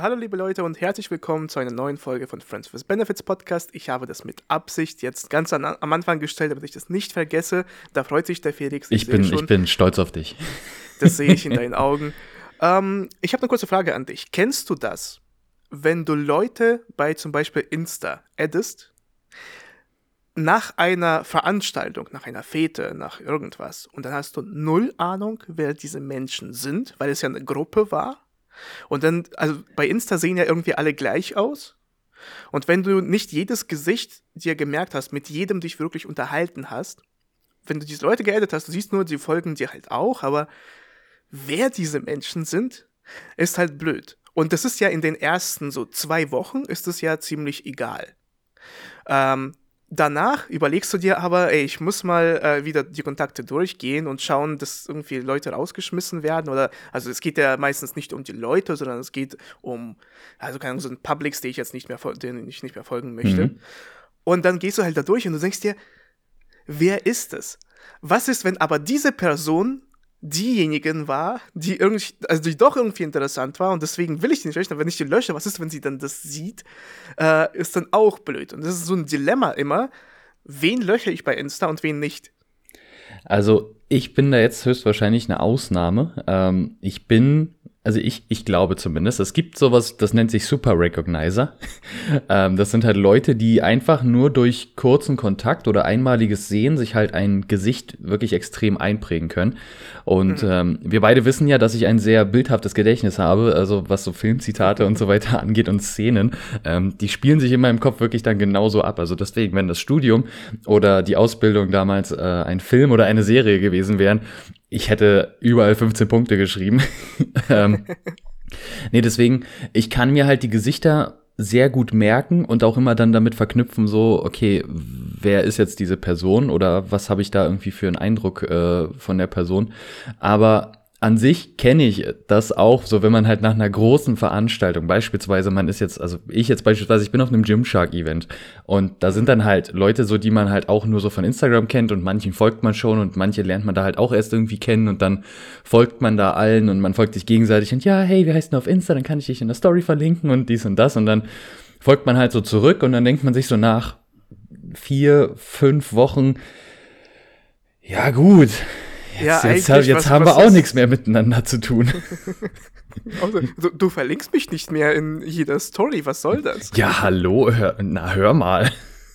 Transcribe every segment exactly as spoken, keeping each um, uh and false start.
Hallo liebe Leute und herzlich willkommen zu einer neuen Folge von Friends with Benefits Podcast. Ich habe das mit Absicht jetzt ganz an, am Anfang gestellt, damit ich das nicht vergesse. Da freut sich der Felix. Ich, ich, bin, schon. ich bin stolz auf dich. Das sehe ich in deinen Augen. Ähm, ich habe eine kurze Frage an dich. Kennst du das, wenn du Leute bei zum Beispiel Insta addest, nach einer Veranstaltung, nach einer Fete, nach irgendwas, und dann hast du null Ahnung, wer diese Menschen sind, weil es ja eine Gruppe war? Und dann, also bei Insta sehen ja irgendwie alle gleich aus. Und wenn du nicht jedes Gesicht dir gemerkt hast, mit jedem dich wirklich unterhalten hast, wenn du diese Leute geaddet hast, du siehst nur, die folgen dir halt auch, aber wer diese Menschen sind, ist halt blöd. Und das ist ja in den ersten so zwei Wochen ist es ja ziemlich egal. Ähm, Danach überlegst du dir aber, ey, ich muss mal äh, wieder die Kontakte durchgehen und schauen, dass irgendwie Leute rausgeschmissen werden oder, also es geht ja meistens nicht um die Leute, sondern es geht um, also keine Ahnung, so einen Publics, den ich jetzt nicht mehr, denen ich nicht mehr folgen möchte. Mhm. Und dann gehst du halt da durch und du denkst dir, wer ist es? Was ist, wenn aber diese Person diejenigen war, die irgendwie, also die doch irgendwie interessant war und deswegen will ich die nicht löschen, aber wenn ich die lösche, was ist, wenn sie dann das sieht, äh, ist dann auch blöd. Und das ist so ein Dilemma immer, wen lösche ich bei Insta und wen nicht? Also ich bin da jetzt höchstwahrscheinlich eine Ausnahme. Ähm, ich bin, also ich, ich glaube zumindest, es gibt sowas, das nennt sich Super Recognizer. ähm, das sind halt Leute, die einfach nur durch kurzen Kontakt oder einmaliges Sehen sich halt ein Gesicht wirklich extrem einprägen können. Und mhm. ähm, wir beide wissen ja, dass ich ein sehr bildhaftes Gedächtnis habe, also was so Filmzitate und so weiter angeht und Szenen. Ähm, die spielen sich in meinem Kopf wirklich dann genauso ab. Also deswegen, wenn das Studium oder die Ausbildung damals äh, ein Film oder eine Serie gewesen wären, ich hätte überall fünfzehn Punkte geschrieben. ähm, nee, deswegen, ich kann mir halt die Gesichter sehr gut merken und auch immer dann damit verknüpfen, so, okay, wer ist jetzt diese Person oder was habe ich da irgendwie für einen Eindruck äh, von der Person. Aber an sich kenne ich das auch, so wenn man halt nach einer großen Veranstaltung, beispielsweise man ist jetzt, also ich jetzt beispielsweise, ich bin auf einem Gymshark-Event und da sind dann halt Leute so, die man halt auch nur so von Instagram kennt und manchen folgt man schon und manche lernt man da halt auch erst irgendwie kennen und dann folgt man da allen und man folgt sich gegenseitig und ja, hey, wie heißt du auf Insta, dann kann ich dich in der Story verlinken und dies und das und dann folgt man halt so zurück und dann denkt man sich so nach vier, fünf Wochen, ja gut, Jetzt, ja, jetzt, jetzt was, haben was wir auch nichts mehr miteinander zu tun. Also, du, du verlinkst mich nicht mehr in jeder Story, was soll das? Ja, hallo, hör, na hör mal.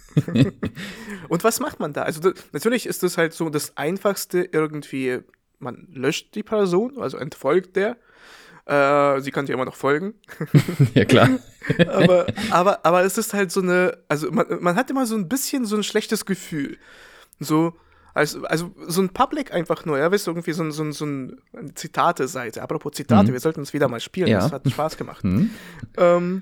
Und was macht man da? Also das, natürlich ist das halt so das Einfachste irgendwie, man löscht die Person, also entfolgt der. Äh, sie kann dir immer noch folgen. Ja, klar. aber, aber, aber es ist halt so eine, also man, man hat immer so ein bisschen so ein schlechtes Gefühl. So, Also, also so ein Public einfach nur, ja, weißt du, irgendwie so, ein, so, ein, so eine Zitate-Seite. Apropos Zitate, mhm. wir sollten uns wieder mal spielen, ja. Das hat Spaß gemacht. Mhm. Ähm,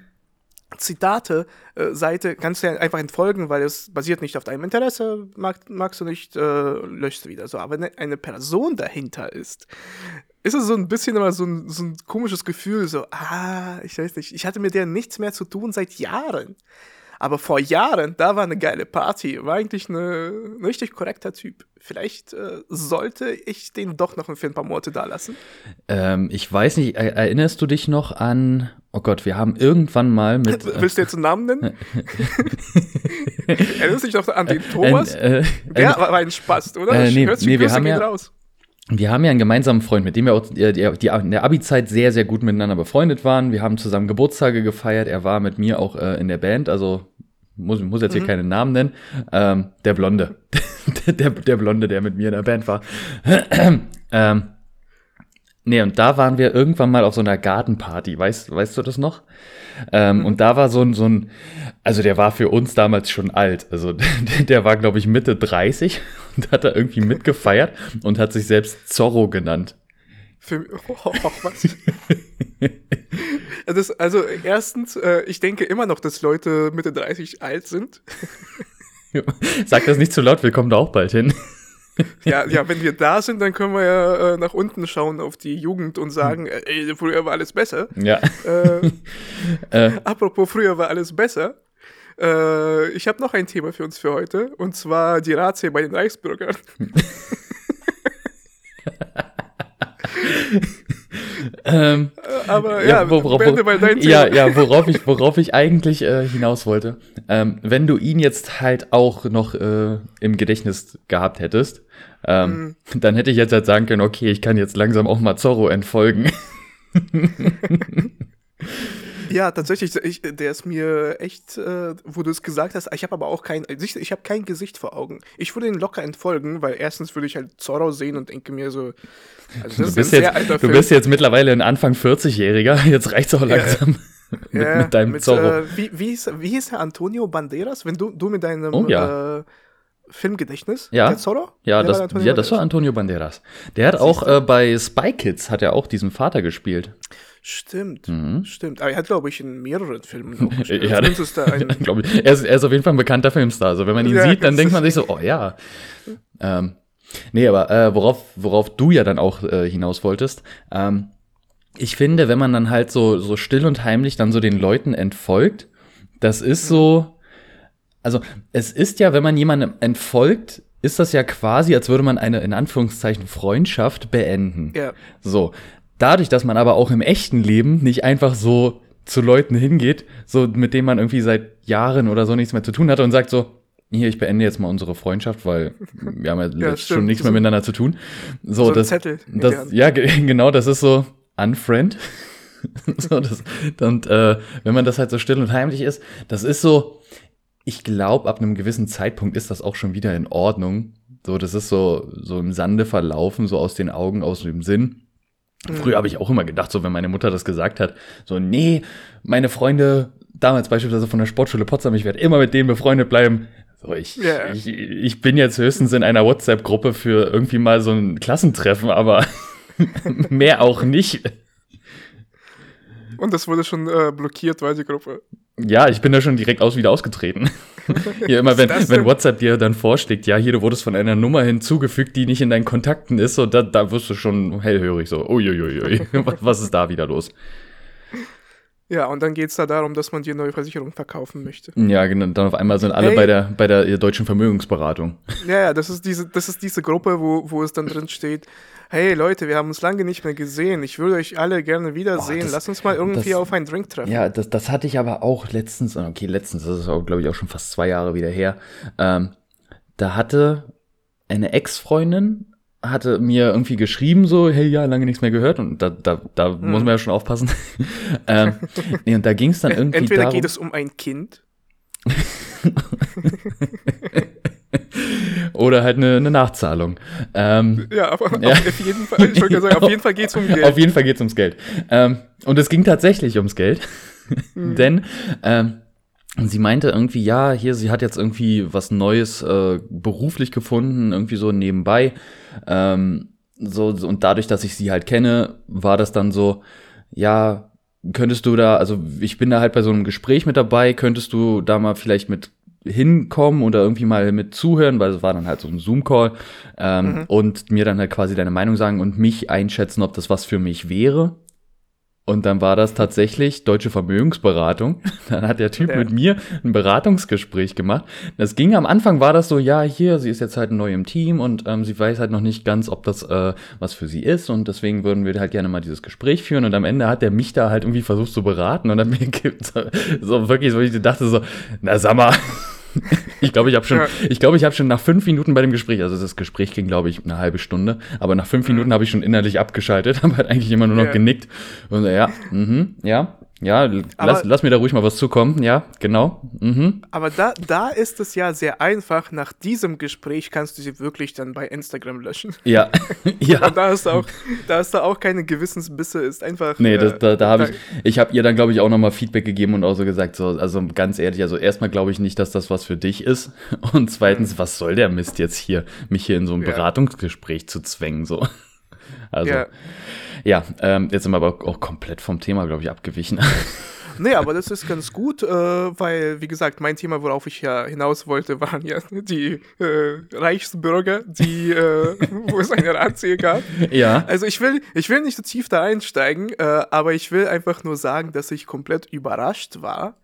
Zitate-Seite kannst du ja einfach entfolgen, weil es basiert nicht auf deinem Interesse, mag, magst du nicht, äh, löschst du wieder. So, aber wenn eine Person dahinter ist, ist es so ein bisschen immer so ein, so ein komisches Gefühl, so, ah, ich weiß nicht, ich hatte mit der nichts mehr zu tun seit Jahren. Aber vor Jahren, da war eine geile Party, war eigentlich eine, ein richtig korrekter Typ. Vielleicht äh, sollte ich den doch noch für ein paar Monate da lassen. Ähm, ich weiß nicht, er, erinnerst du dich noch an, oh Gott, wir haben irgendwann mal mit... Willst du jetzt einen Namen nennen? Erinnerst du dich noch an den Thomas? Äh, äh, Der äh, war ein Spaß, oder? Äh, nee, Hört sich nee, wir haben ja, raus. Wir haben ja einen gemeinsamen Freund, mit dem wir auch die, die, die in der Abi-Zeit sehr, sehr gut miteinander befreundet waren. Wir haben zusammen Geburtstage gefeiert. Er war mit mir auch äh, in der Band, also muss, muss jetzt hier mhm. keinen Namen nennen. Ähm, der Blonde. der, der Blonde, der mit mir in der Band war. ähm, nee, und da waren wir irgendwann mal auf so einer Gartenparty. Weißt, weißt du das noch? Ähm, mhm. Und da war so ein, so ein, also der war für uns damals schon alt. Also der, der war, glaube ich, Mitte dreißig und hat da irgendwie mitgefeiert und hat sich selbst Zorro genannt. Für, oh, oh, was? das, also erstens, äh, ich denke immer noch, dass Leute Mitte dreißig alt sind. Sag das nicht zu laut, wir kommen da auch bald hin. Ja, ja, wenn wir da sind, dann können wir ja äh, nach unten schauen auf die Jugend und sagen, äh, ey, früher war alles besser. Ja. Äh, äh. Apropos früher war alles besser. Äh, ich habe noch ein Thema für uns für heute, und zwar die Razzia bei den Reichsbürgern. ähm, Aber ja, ja, wo- worauf, beende mal dein Thema. ja, ja, worauf ich, worauf ich eigentlich äh, hinaus wollte. Ähm, wenn du ihn jetzt halt auch noch äh, im Gedächtnis gehabt hättest, ähm, Mhm. dann hätte ich jetzt halt sagen können, okay, ich kann jetzt langsam auch mal Zorro entfolgen. Ja, tatsächlich, ich, der ist mir echt, äh, wo du es gesagt hast, ich habe aber auch kein, ich, ich habe kein Gesicht vor Augen. Ich würde ihn locker entfolgen, weil erstens würde ich halt Zorro sehen und denke mir so, also Du das ist bist, ein sehr jetzt, alter du Film. bist jetzt mittlerweile ein Anfang vierzig-Jähriger, jetzt reicht's auch langsam mit, Ja, mit deinem mit, Zorro. äh, wie, wie, hieß, wie hieß der Antonio Banderas? Wenn du, du mit deinem Oh ja. äh, Filmgedächtnis, Ja. der Zorro? Ja, Der das, war Antonio ja, das war Banderas. Antonio Banderas. Der hat auch äh, bei Spy Kids hat er auch diesen Vater gespielt. Stimmt, Mhm. stimmt. Aber er hat, glaube ich, in mehreren Filmen auch gespielt. Ja, Zumindest ist da ein, glaub ich. Er, ist, er ist auf jeden Fall ein bekannter Filmstar. Also wenn man ihn Ja, sieht, dann das denkt ist- man sich so, oh ja. Ähm, nee, aber äh, worauf, worauf du ja dann auch äh, hinaus wolltest, ähm, ich finde, wenn man dann halt so, so still und heimlich dann so den Leuten entfolgt, das ist so, also es ist ja, wenn man jemandem entfolgt, ist das ja quasi, als würde man eine, in Anführungszeichen, Freundschaft beenden. ja, So, dadurch, dass man aber auch im echten Leben nicht einfach so zu Leuten hingeht, so mit denen man irgendwie seit Jahren oder so nichts mehr zu tun hatte und sagt so, hier, ich beende jetzt mal unsere Freundschaft, weil wir haben ja, jetzt stimmt. schon nichts mehr So- miteinander zu tun. So, so ein das, Zettel in der das, Hand. ja, ge- genau, das ist so unfriend. so, das, und äh, wenn man das halt so still und heimlich ist, das ist so, ich glaube, ab einem gewissen Zeitpunkt ist das auch schon wieder in Ordnung. So, das ist so, so im Sande verlaufen, so aus den Augen, aus dem Sinn. Früher habe ich auch immer gedacht, so wenn meine Mutter das gesagt hat, so nee, meine Freunde, damals beispielsweise von der Sportschule Potsdam, ich werde immer mit denen befreundet bleiben. So, ich, Ja. ich, ich bin jetzt höchstens in einer WhatsApp-Gruppe für irgendwie mal so ein Klassentreffen, aber mehr auch nicht. Und das wurde schon äh, blockiert, weil die Gruppe. Ja, ich bin da schon direkt aus wieder ausgetreten. Hier immer, wenn, Was ist das wenn denn? WhatsApp dir dann vorschlägt, ja, hier, du wurdest von einer Nummer hinzugefügt, die nicht in deinen Kontakten ist, so, da, da wirst du schon hellhörig, so, uiuiui, was, was ist da wieder los? Ja, und dann geht es da darum, dass man dir eine neue Versicherung verkaufen möchte. Ja, genau, dann auf einmal sind alle Hey. bei der, bei der äh, deutschen Vermögensberatung. Ja, ja, das ist diese, das ist diese Gruppe, wo, wo es dann drin steht, hey Leute, wir haben uns lange nicht mehr gesehen, ich würde euch alle gerne wiedersehen, Oh, das- lass uns mal irgendwie das- auf einen Drink treffen. Ja, das, das hatte ich aber auch letztens, okay, letztens, das ist auch, glaube ich, auch schon fast zwei Jahre wieder her. Ähm, da hatte eine Ex-Freundin, hatte mir irgendwie geschrieben, so, hey, ja, lange nichts mehr gehört. Und da, da, da Hm. muss man ja schon aufpassen. ähm, nee, und da ging es dann irgendwie Entweder darum, geht es um ein Kind, oder halt eine, eine Nachzahlung. Ähm, ja, aber Ja. Auf, auf jeden Fall, ich wollte gerade sagen, auf jeden Fall geht es um Geld. Auf jeden Fall geht es ums Geld. Ähm, und es ging tatsächlich ums Geld. Mhm. Denn ähm, sie meinte irgendwie, ja, hier, sie hat jetzt irgendwie was Neues äh, beruflich gefunden, irgendwie so nebenbei. Ähm, so, so, und dadurch, dass ich sie halt kenne, war das dann so, ja, könntest du da, also ich bin da halt bei so einem Gespräch mit dabei, könntest du da mal vielleicht mit hinkommen oder irgendwie mal mit zuhören, weil es war dann halt so ein Zoom-Call ähm, Mhm. und mir dann halt quasi deine Meinung sagen und mich einschätzen, ob das was für mich wäre. Und dann war das tatsächlich Deutsche Vermögensberatung. Dann hat der Typ Ja. mit mir ein Beratungsgespräch gemacht. Das ging am Anfang, war das so, ja, hier, sie ist jetzt halt neu im Team und ähm, sie weiß halt noch nicht ganz, ob das äh, was für sie ist. Und deswegen würden wir halt gerne mal dieses Gespräch führen. Und am Ende hat der mich da halt irgendwie versucht zu beraten. Und dann mir gibt so, so wirklich, so ich dachte so, na sag mal. Ich glaube, ich habe schon, Ja. ich glaube, ich habe schon nach fünf Minuten bei dem Gespräch, also das Gespräch ging, glaube ich, eine halbe Stunde, aber nach fünf Mhm. Minuten habe ich schon innerlich abgeschaltet, habe halt eigentlich immer nur noch Ja. genickt und so, ja, mhm, ja, ja, l- Aber- lass, lass mir da ruhig mal was zukommen, ja, genau, mhm. Aber da, da ist es ja sehr einfach, nach diesem Gespräch kannst du sie wirklich dann bei Instagram löschen. Ja, ja. Und da ist auch, da ist da auch keine Gewissensbisse, ist einfach. Nee, äh, das, da, da habe da- ich, ich habe ihr dann, glaube ich, auch nochmal Feedback gegeben und auch so gesagt, so, also ganz ehrlich, also erstmal glaube ich nicht, dass das was für dich ist und zweitens, was soll der Mist jetzt hier, mich hier in so ein Ja. Beratungsgespräch zu zwängen, so. Also, Ja. ja, ähm, jetzt sind wir aber auch komplett vom Thema, glaube ich, abgewichen. Nee, aber das ist ganz gut, äh, weil, wie gesagt, mein Thema, worauf ich ja hinaus wollte, waren ja die äh, Reichsbürger, die, äh, wo es eine Razzia gab. Ja. Also ich will, ich will nicht so tief da einsteigen, äh, aber ich will einfach nur sagen, dass ich komplett überrascht war,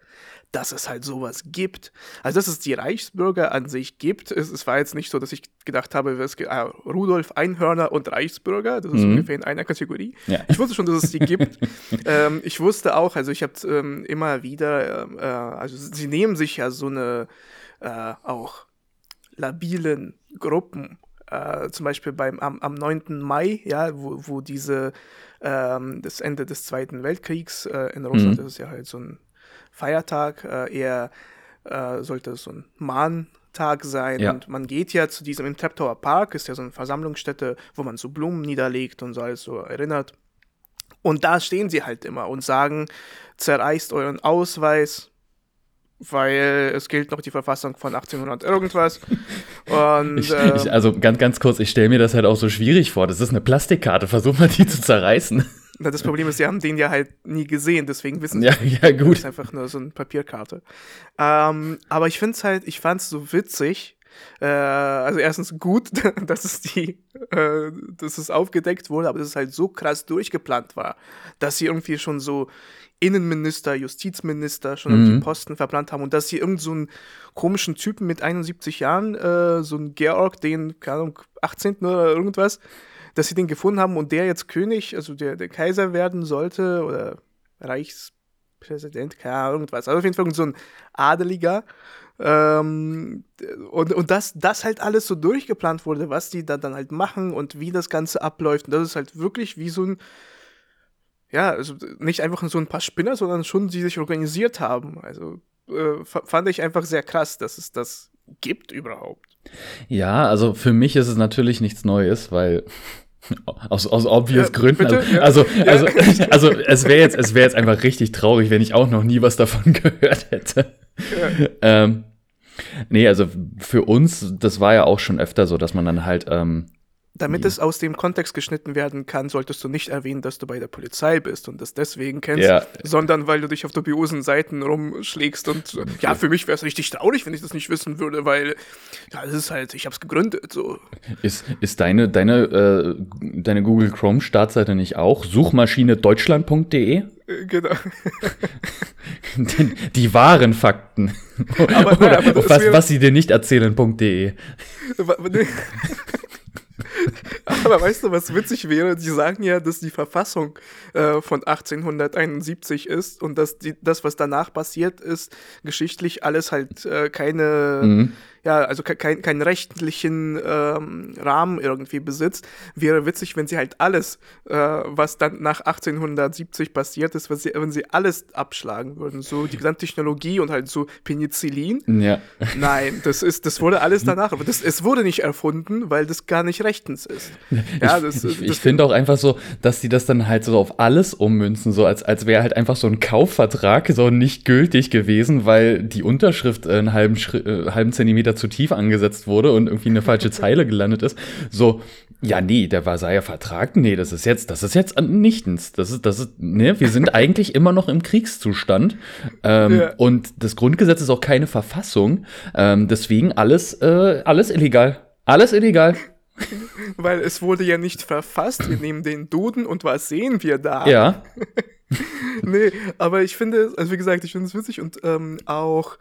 dass es halt sowas gibt. Also, dass es die Reichsbürger an sich gibt. Es, es war jetzt nicht so, dass ich gedacht habe, es gibt ah, Rudolf Einhörner und Reichsbürger. Das ist Mhm. ungefähr in einer Kategorie. Ja. Ich wusste schon, dass es die gibt. ähm, ich wusste auch, also ich habe ähm, immer wieder, ähm, äh, also sie nehmen sich ja so eine äh, auch labilen Gruppen, äh, zum Beispiel beim, am, am neunten Mai, ja, wo, wo diese, ähm, das Ende des Zweiten Weltkriegs äh, in Russland, Mhm. das ist ja halt so ein Feiertag, äh, eher äh, sollte es so ein Mahntag sein Ja. und man geht ja zu diesem, im Treptower Park, ist ja so eine Versammlungsstätte, wo man so Blumen niederlegt und so alles so erinnert. Und da stehen sie halt immer und sagen, zerreißt euren Ausweis, weil es gilt noch die Verfassung von achtzehnhundert irgendwas. Und Ich, ähm, ich, also ganz, ganz kurz, ich stelle mir das halt auch so schwierig vor. Das ist eine Plastikkarte, versuch mal die zu zerreißen. das Problem ist, sie haben den ja halt nie gesehen, deswegen wissen sie, Ja, ja, das gut. ist einfach nur so eine Papierkarte. Ähm, aber ich finde es halt, ich fand es so witzig. Äh, also erstens gut, dass es die, äh, dass es aufgedeckt wurde, aber dass es halt so krass durchgeplant war, dass sie irgendwie schon so Innenminister, Justizminister schon irgendwie Mhm. Posten verplant haben und dass sie irgend so einen komischen Typen mit einundsiebzig Jahren, äh, so einen Georg, den, keine Ahnung, achtzehnten oder irgendwas, dass sie den gefunden haben und der jetzt König, also der, der Kaiser werden sollte oder Reichspräsident, keine Ahnung, irgendwas. Also auf jeden Fall irgend so ein Adeliger. Ähm, und und dass das halt alles so durchgeplant wurde, was die da dann halt machen und wie das Ganze abläuft. Und das ist halt wirklich wie so ein, ja, also nicht einfach so ein paar Spinner, sondern schon, die sich organisiert haben. Also äh, fa- fand ich einfach sehr krass, dass es das gibt überhaupt. Ja, also für mich ist es natürlich nichts Neues, weil aus, aus obvious Ja, Gründen. bitte? Ja. Also, also, also, also es wäre jetzt, es wäre jetzt einfach richtig traurig, wenn ich auch noch nie was davon gehört hätte. Ja. Ähm, nee, also für uns, das war ja auch schon öfter so, dass man dann halt, ähm, Damit Ja. es aus dem Kontext geschnitten werden kann, solltest du nicht erwähnen, dass du bei der Polizei bist und das deswegen kennst, Ja. sondern weil du dich auf dubiosen Seiten rumschlägst und so, ja, für mich wäre es richtig traurig, wenn ich das nicht wissen würde, weil ja, das ist halt, ich hab's gegründet, so. ist, ist deine, deine, äh, deine Google Chrome Startseite nicht auch Suchmaschine deutschland punkt de? Äh, Genau. Die, die wahren Fakten. Aber nein, Oder aber das was, wäre- was sie dir nicht erzählen punkt de. Wa- wa- nee. Aber weißt du, was witzig wäre? Die sagen ja, dass die Verfassung äh, von achtzehnhunderteinundsiebzig ist und dass die, das, was danach passiert ist, geschichtlich alles halt äh, keine, Mhm. ja, also ke kein, keinen rechtlichen ähm, Rahmen irgendwie besitzt. Wäre witzig, wenn sie halt alles, äh, was dann nach achtzehnhundertsiebzig passiert ist, wenn sie, wenn sie alles abschlagen würden. So die gesamte Technologie und halt so Penicillin. Ja. Nein, das ist, das wurde alles danach. Aber das, es wurde nicht erfunden, weil das gar nicht rechtens ist. Ja, ich das, ich, das, ich finde auch einfach so, dass die das dann halt so auf alles ummünzen, so als, als wäre halt einfach so ein Kaufvertrag so nicht gültig gewesen, weil die Unterschrift äh, einen halben, Schri äh, halben Zentimeter zu tief angesetzt wurde und irgendwie eine falsche Zeile gelandet ist. So, ja, nee, der Versailler Vertrag, nee, das ist jetzt, das ist jetzt nichtens. Das ist, das ist, ne, wir sind eigentlich immer noch im Kriegszustand. Ähm, Ja. Und das Grundgesetz ist auch keine Verfassung. Ähm, deswegen alles, äh, alles illegal. Alles illegal. weil es wurde ja nicht verfasst. Wir nehmen den Duden und was sehen wir da? Ja. Nee, aber ich finde, also wie gesagt, ich finde es witzig und ähm, auch,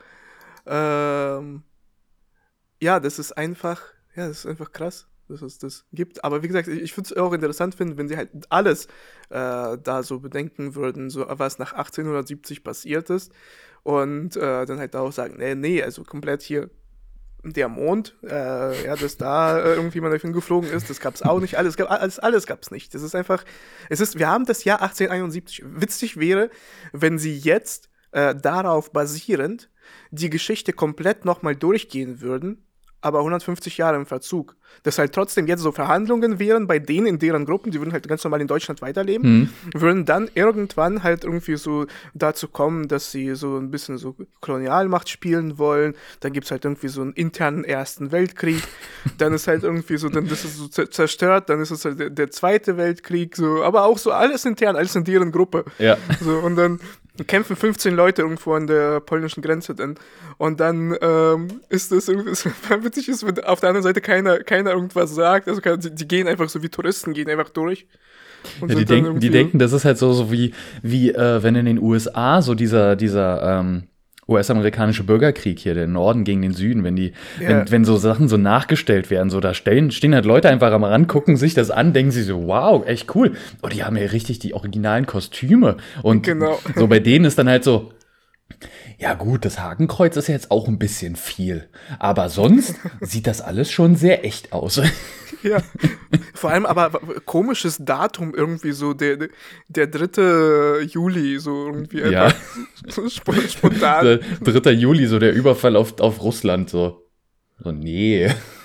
ähm, ja, das ist einfach, ja, das ist einfach krass, dass es das gibt. Aber wie gesagt, ich, ich würde es auch interessant finden, wenn sie halt alles äh, da so bedenken würden, so was nach achtzehnhundertsiebzig passiert ist und äh, dann halt auch sagen, nee, nee, also komplett hier der Mond, äh, ja, dass da äh, irgendwie mal davon geflogen ist, das gab's auch nicht, alles, gab, alles, alles gab's nicht. Das ist einfach, es ist, wir haben das Jahr achtzehnhunderteinundsiebzig. Witzig wäre, wenn sie jetzt äh, darauf basierend die Geschichte komplett nochmal durchgehen würden, aber hundertfünfzig Jahre im Verzug. Dass halt trotzdem jetzt so Verhandlungen wären bei denen in deren Gruppen, die würden halt ganz normal in Deutschland weiterleben, Hm. würden dann irgendwann halt irgendwie so dazu kommen, dass sie so ein bisschen so Kolonialmacht spielen wollen. Dann gibt's halt irgendwie so einen internen Ersten Weltkrieg. Dann ist halt irgendwie so, dann ist es so zer- zerstört, dann ist es halt der, der Zweite Weltkrieg, so, aber auch so alles intern, alles in deren Gruppe. Ja. So, und dann kämpfen fünfzehn Leute irgendwo an der polnischen Grenze dann. Und dann ähm, ist das irgendwie, es witzig ist, wenn auf der anderen Seite keiner, keiner irgendwas sagt. Also keiner, die, die gehen einfach so wie Touristen, gehen einfach durch. Und Ja, die, sind dann denken, die irgendwie- denken, das ist halt so, so wie, wie äh, wenn in den U S A so dieser, dieser ähm, U S-amerikanische Bürgerkrieg hier, der Norden gegen den Süden, wenn die, Ja. wenn, wenn so Sachen so nachgestellt werden, so da stehen, stehen halt Leute einfach am Rand, gucken sich das an, denken sich so, wow, echt cool. Oh, die haben ja richtig die originalen Kostüme. Und Genau. so bei denen ist dann halt so, ja gut, das Hakenkreuz ist ja jetzt auch ein bisschen viel. Aber sonst sieht das alles schon sehr echt aus. Ja, vor allem aber komisches Datum irgendwie so, der, der dritte Juli, so irgendwie Ja. einfach so sp- spontan. Der dritter Juli, so der Überfall auf, auf Russland, so. So, nee.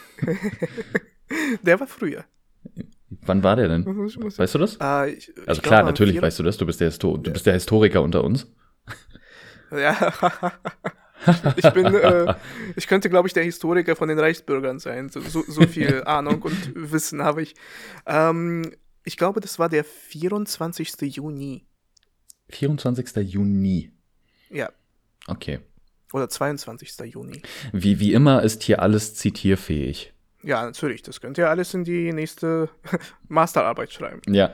Der war früher. Wann war der denn? Ich muss- Weißt du das? Ah, ich, ich Also glaub, klar, am natürlich vier- weißt du das. Du bist der, Histo- du bist der Historiker unter uns. Ja. Ich bin, äh, ich könnte, glaube ich, der Historiker von den Reichsbürgern sein. So, so, so viel Ahnung und Wissen habe ich. Ähm, ich glaube, das war der vierundzwanzigste Juni. vierundzwanzigster Juni. Ja, Okay. oder zweiundzwanzigster Juni. Wie, wie immer ist hier alles zitierfähig. Ja, natürlich. Das könnt ihr alles in die nächste Masterarbeit schreiben. Ja.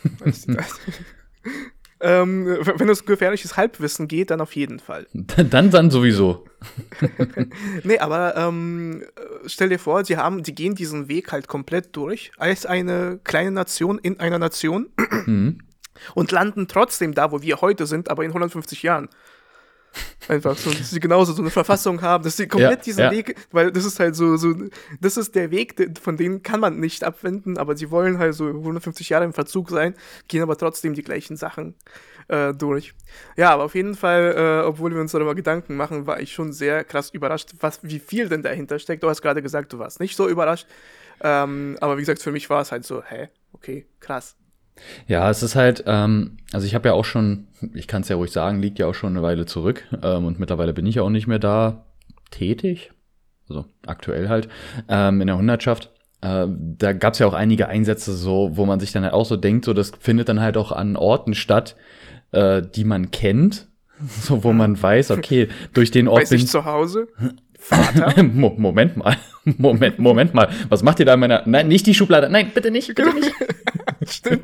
ähm, wenn es gefährliches Halbwissen geht, dann auf jeden Fall. Dann, dann sowieso. Nee, aber ähm, stell dir vor, sie haben, die gehen diesen Weg halt komplett durch, als eine kleine Nation in einer Nation Mhm. und landen trotzdem da, wo wir heute sind, aber in hundertfünfzig Jahren. Einfach so, dass sie genauso so eine Verfassung haben, dass sie komplett Ja, diesen ja. Weg, weil das ist halt so, so, das ist der Weg, de- von dem kann man nicht abwenden, aber sie wollen halt so hundertfünfzig Jahre im Verzug sein, gehen aber trotzdem die gleichen Sachen äh, durch. Ja, aber auf jeden Fall, äh, obwohl wir uns darüber Gedanken machen, war ich schon sehr krass überrascht, was, wie viel denn dahinter steckt. Du hast gerade gesagt, du warst nicht so überrascht, ähm, aber wie gesagt, für mich war es halt so, hä, okay, krass. Ja, es ist halt, ähm, also ich habe ja auch schon, ich kann es ja ruhig sagen, liegt ja auch schon eine Weile zurück. Ähm, und mittlerweile bin ich ja auch nicht mehr da tätig. Also aktuell halt, ähm, in der Hundertschaft. Äh, da gab es ja auch einige Einsätze, so, wo man sich dann halt auch so denkt, so das findet dann halt auch an Orten statt, äh, die man kennt. So, wo man weiß, okay, durch den Ort Bei sich bin zu Hause, Vater, Mo- Moment mal. Moment, Moment mal. Was macht ihr da in meiner. Nein, nicht die Schublade. Nein, bitte nicht, bitte nicht. stimmt.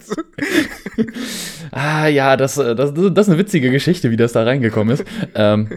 Ah, ja, das, äh, das, das ist eine witzige Geschichte, wie das da reingekommen ist. ähm,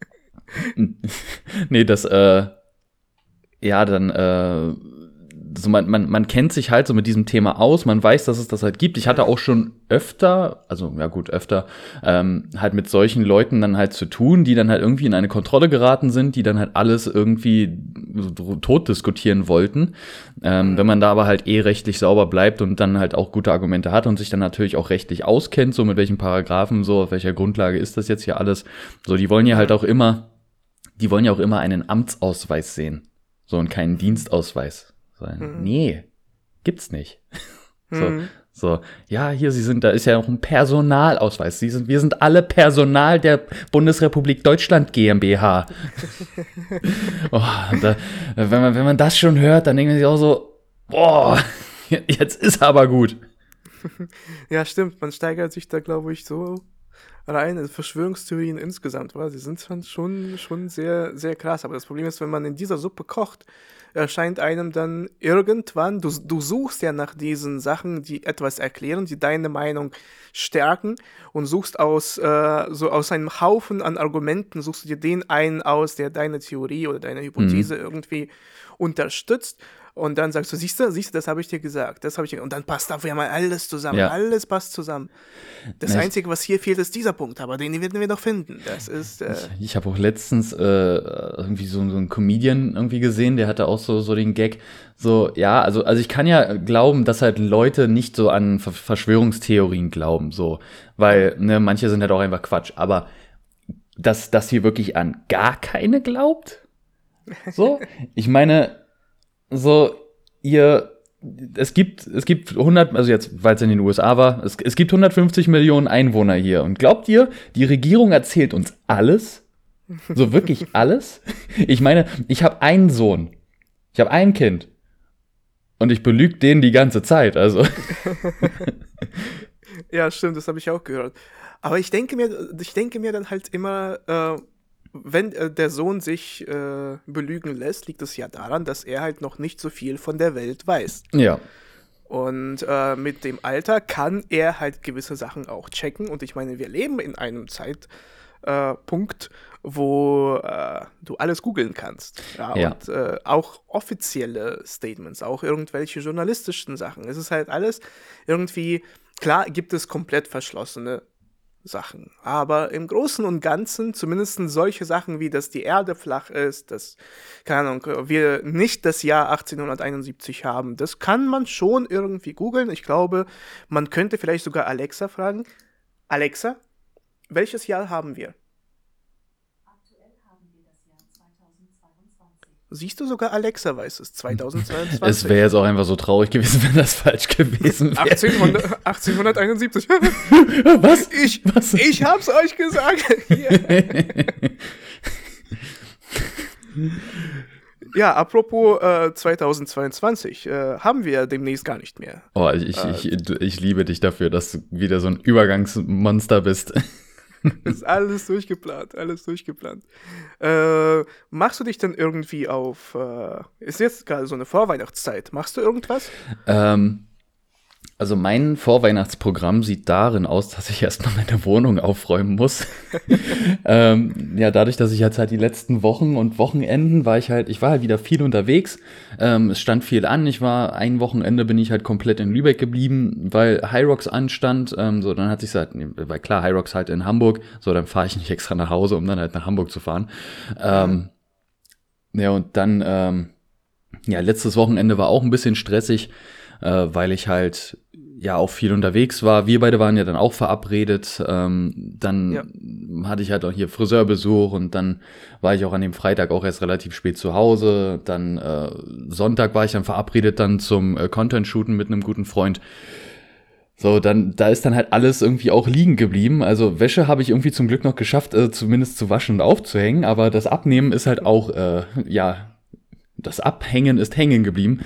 nee, das, äh, ja, dann, äh, so man, man, man kennt sich halt so mit diesem Thema aus, man weiß, dass es das halt gibt. Ich hatte auch schon öfter, also ja gut, öfter, ähm, halt mit solchen Leuten dann halt zu tun, die dann halt irgendwie in eine Kontrolle geraten sind, die dann halt alles irgendwie so tot diskutieren wollten. Ähm, wenn man da aber halt eh rechtlich sauber bleibt und dann halt auch gute Argumente hat und sich dann natürlich auch rechtlich auskennt, so mit welchen Paragraphen, so auf welcher Grundlage ist das jetzt hier alles. So, die wollen ja halt auch immer, die wollen ja auch immer einen Amtsausweis sehen. So, und keinen Dienstausweis. So, Mhm. nee, gibt's nicht. So, Mhm. so, ja, hier, Sie sind, da ist ja auch ein Personalausweis. Sie sind, wir sind alle Personal der Bundesrepublik Deutschland GmbH. Oh, da, wenn man, wenn man das schon hört, dann denkt man sich auch so, boah, jetzt ist aber gut. Ja, stimmt. Man steigert sich da, glaube ich, so rein in Verschwörungstheorien insgesamt, weil sie sind schon, schon, schon sehr, sehr krass. Aber das Problem ist, wenn man in dieser Suppe kocht, erscheint einem dann irgendwann, du, du suchst ja nach diesen Sachen, die etwas erklären, die deine Meinung stärken und suchst aus, äh, so aus einem Haufen an Argumenten, suchst du dir den einen aus, der deine Theorie oder deine Hypothese irgendwie unterstützt. Und dann sagst du, siehst du, siehst du, das habe ich dir gesagt, das habe ich dir, und dann passt auf einmal alles zusammen, Ja. alles passt zusammen. Das Na, ich- Einzige, was hier fehlt, ist dieser Punkt, aber den werden wir noch finden. Das ist, äh, Ich, ich habe auch letztens äh, irgendwie so, so einen Comedian irgendwie gesehen, der hatte auch so, so den Gag, so, ja, also, also ich kann ja glauben, dass halt Leute nicht so an Ver Verschwörungstheorien glauben, so, weil, ne, manche sind halt auch einfach Quatsch, aber dass, dass ihr wirklich an gar keine glaubt? So, ich meine, so, ihr, es gibt, es gibt hundert, also jetzt, weil es in den U S A war, es, es gibt hundertfünfzig Millionen Einwohner hier. Und glaubt ihr, die Regierung erzählt uns alles? So wirklich alles? Ich meine, ich habe einen Sohn. Ich habe ein Kind. Und ich belüge den die ganze Zeit, also. ja, stimmt, das habe ich auch gehört. Aber ich denke mir, ich denke mir dann halt immer, äh, wenn äh, der Sohn sich äh, belügen lässt, liegt es ja daran, dass er halt noch nicht so viel von der Welt weiß. Ja. Und äh, mit dem Alter kann er halt gewisse Sachen auch checken. Und ich meine, wir leben in einem Zeitpunkt, äh, Punkt, wo äh, du alles googeln kannst. Ja, Ja. Und äh, auch offizielle Statements, auch irgendwelche journalistischen Sachen. Es ist halt alles irgendwie, klar gibt es komplett verschlossene Sachen, aber im Großen und Ganzen, zumindest solche Sachen wie, dass die Erde flach ist, dass, keine Ahnung, wir nicht das Jahr achtzehnhunderteinundsiebzig haben, das kann man schon irgendwie googeln. Ich glaube, man könnte vielleicht sogar Alexa fragen. Alexa, welches Jahr haben wir? Aktuell haben wir das Jahr zweitausendzweiundzwanzig. Siehst du, sogar Alexa weiß es, zweitausendzweiundzwanzig. Es wäre jetzt auch einfach so traurig gewesen, wenn das falsch gewesen wäre. achtzehnhundert, achtzehnhunderteinundsiebzig. Was? Ich, Was? ich hab's euch gesagt. Hier. Ja, apropos äh, zweitausendzweiundzwanzig, äh, haben wir demnächst gar nicht mehr. Oh, ich, ich, ich, ich liebe dich dafür, dass du wieder so ein Übergangsmonster bist. Ist alles durchgeplant, alles durchgeplant. Äh, machst du dich denn irgendwie auf, äh, ist jetzt gerade so eine Vorweihnachtszeit, machst du irgendwas? ähm, also mein Vorweihnachtsprogramm sieht darin aus, dass ich erstmal meine Wohnung aufräumen muss. ähm, ja, dadurch, dass ich jetzt halt die letzten Wochen und Wochenenden war ich halt, ich war halt wieder viel unterwegs. Ähm, es stand viel an. Ich war, ein Wochenende bin ich halt komplett in Lübeck geblieben, weil Hyrox anstand. Ähm, so, dann hat sich halt, weil klar, Hyrox halt in Hamburg. So, dann fahre ich nicht extra nach Hause, um dann halt nach Hamburg zu fahren. Ähm, ja, und dann, ähm, ja, letztes Wochenende war auch ein bisschen stressig, äh, weil ich halt ja auch viel unterwegs war. Wir beide waren ja dann auch verabredet. Ähm, dann Ja. hatte ich halt auch hier Friseurbesuch und dann war ich auch an dem Freitag auch erst relativ spät zu Hause. Dann äh, Sonntag war ich dann verabredet dann zum äh, Content-Shooten mit einem guten Freund. So, dann, da ist dann halt alles irgendwie auch liegen geblieben. Also Wäsche habe ich irgendwie zum Glück noch geschafft, äh, zumindest zu waschen und aufzuhängen, aber das Abnehmen ist halt auch, äh, ja, das Abhängen ist hängen geblieben.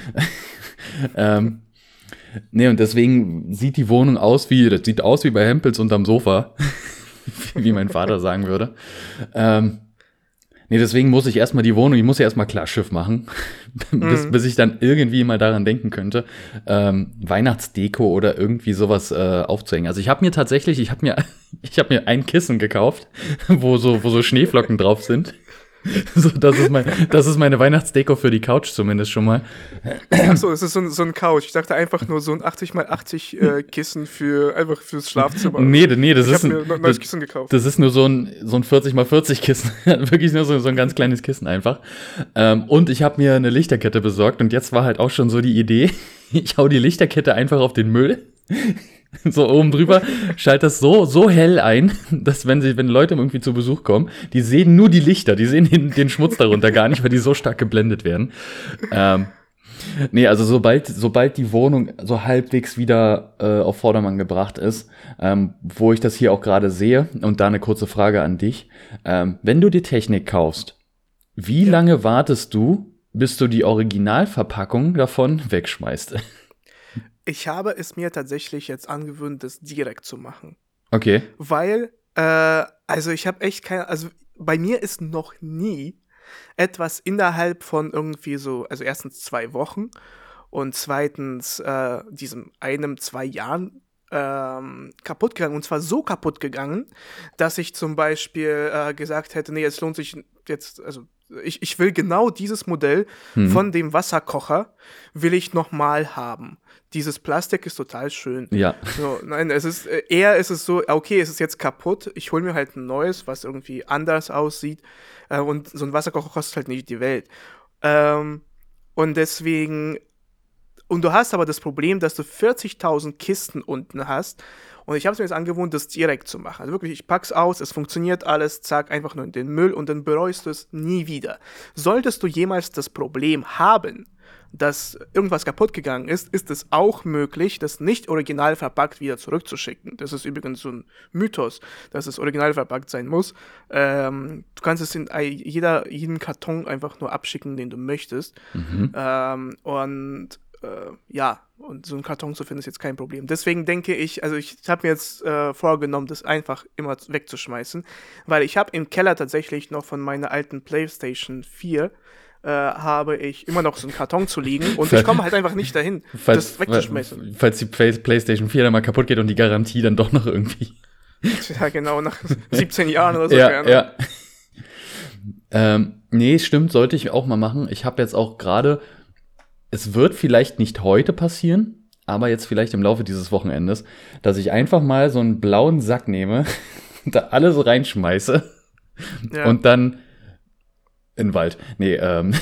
ähm, nee, und deswegen sieht die Wohnung aus wie, das sieht aus wie bei Hempels unterm Sofa, wie mein Vater sagen würde. Ähm, nee, deswegen muss ich erstmal die Wohnung, ich muss ja erstmal Klarschiff machen, bis, Mhm. bis ich dann irgendwie mal daran denken könnte, ähm, Weihnachtsdeko oder irgendwie sowas äh, aufzuhängen. Also ich habe mir tatsächlich, ich habe mir, ich habe mir ein Kissen gekauft, wo so, wo so Schneeflocken drauf sind. So, das ist mein, das ist meine Weihnachtsdeko für die Couch zumindest schon mal. Achso, es ist so ein, so ein Couch. Ich dachte einfach nur so ein achtzig mal achtzig äh, Kissen für, einfach fürs Schlafzimmer. Nee, nee, das ich ist habe ein, mir ein neues das, Kissen gekauft. das ist nur so ein, so ein vierzig mal vierzig Kissen. Wirklich nur so, so ein ganz kleines Kissen einfach. Ähm, und ich habe mir eine Lichterkette besorgt und jetzt war halt auch schon so die Idee, ich hau die Lichterkette einfach auf den Müll. So oben drüber, schalt das so, so hell ein, dass wenn sie, wenn Leute irgendwie zu Besuch kommen, die sehen nur die Lichter, die sehen den, den Schmutz darunter gar nicht, weil die so stark geblendet werden. Ähm, nee, also sobald, sobald die Wohnung so halbwegs wieder äh, auf Vordermann gebracht ist, ähm, wo ich das hier auch gerade sehe, und da eine kurze Frage an dich, ähm, wenn du die Technik kaufst, wie Ja. lange wartest du, bis du die Originalverpackung davon wegschmeißt? Ich habe es mir tatsächlich jetzt angewöhnt, das direkt zu machen. Okay. Weil, äh, also ich habe echt keine, also bei mir ist noch nie etwas innerhalb von irgendwie so, also erstens zwei Wochen und zweitens äh, diesem einem, zwei Jahren ähm, kaputt gegangen. Und zwar so kaputt gegangen, dass ich zum Beispiel äh, gesagt hätte, nee, es lohnt sich jetzt, also ich, ich will genau dieses Modell Mhm. von dem Wasserkocher will ich nochmal haben. Dieses Plastik ist total schön. Ja. So, nein, es ist äh, eher ist es so, okay, es ist jetzt kaputt, ich hole mir halt ein neues, was irgendwie anders aussieht. Äh, und so ein Wasserkocher kostet halt nicht die Welt. Ähm, und deswegen, und du hast aber das Problem, dass du vierzigtausend Kisten unten hast. Und ich habe es mir jetzt angewohnt, das direkt zu machen. Also wirklich, ich pack's aus, es funktioniert alles, zack, einfach nur in den Müll und dann bereust du es nie wieder. Solltest du jemals das Problem haben, dass irgendwas kaputt gegangen ist, ist es auch möglich, das nicht original verpackt wieder zurückzuschicken. Das ist übrigens so ein Mythos, dass es original verpackt sein muss. Ähm, du kannst es in jeder, jeden Karton einfach nur abschicken, den du möchtest. Mhm. Ähm, und äh, ja, und so einen Karton zu finden ist jetzt kein Problem. Deswegen denke ich, also ich habe mir jetzt äh, vorgenommen, das einfach immer wegzuschmeißen, weil ich habe im Keller tatsächlich noch von meiner alten PlayStation vier äh, habe ich immer noch so einen Karton zu liegen und ich komme halt einfach nicht dahin, Falls, das wegzuschmeißen. falls die Play- PlayStation vier dann mal kaputt geht und die Garantie dann doch noch irgendwie. Ja, genau, nach siebzehn Jahren oder so. Ja, keine ja. Ähm, nee, stimmt, sollte ich auch mal machen. Ich habe jetzt auch gerade, es wird vielleicht nicht heute passieren, aber jetzt vielleicht im Laufe dieses Wochenendes, dass ich einfach mal so einen blauen Sack nehme, da alles reinschmeiße Ja. und dann in den Wald. Nee, ähm.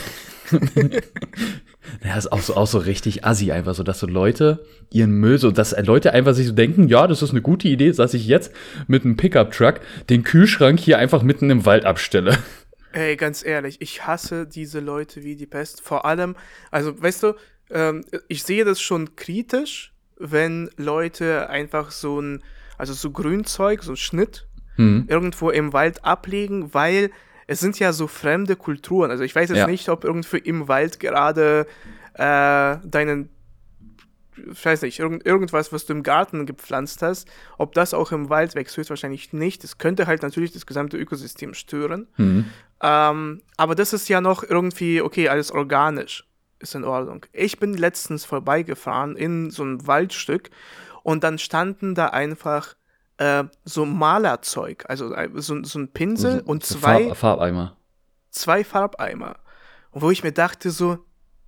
Ja, ist auch so, auch so richtig assi einfach so, dass so Leute ihren Müll, so dass Leute einfach sich so denken, ja, das ist eine gute Idee, dass ich jetzt mit einem Pickup-Truck den Kühlschrank hier einfach mitten im Wald abstelle. Ey, ganz ehrlich, ich hasse diese Leute wie die Pest. Vor allem, also weißt du, ähm, ich sehe das schon kritisch, wenn Leute einfach so ein, also so Grünzeug, so Schnitt, Hm. irgendwo im Wald ablegen, weil es sind ja so fremde Kulturen. Also ich weiß jetzt Ja. nicht, ob irgendwo im Wald gerade äh, deinen, ich weiß nicht, irgend, irgendwas, was du im Garten gepflanzt hast, ob das auch im Wald wächst, höchstwahrscheinlich nicht. Es könnte halt natürlich das gesamte Ökosystem stören. Hm. Ähm, aber das ist ja noch irgendwie, okay, alles organisch. Ist in Ordnung. Ich bin letztens vorbeigefahren in so ein Waldstück und dann standen da einfach äh, so Malerzeug, also äh, so, so ein Pinsel und So zwei, Farb, Farbeimer. zwei Farbeimer. Und wo ich mir dachte so,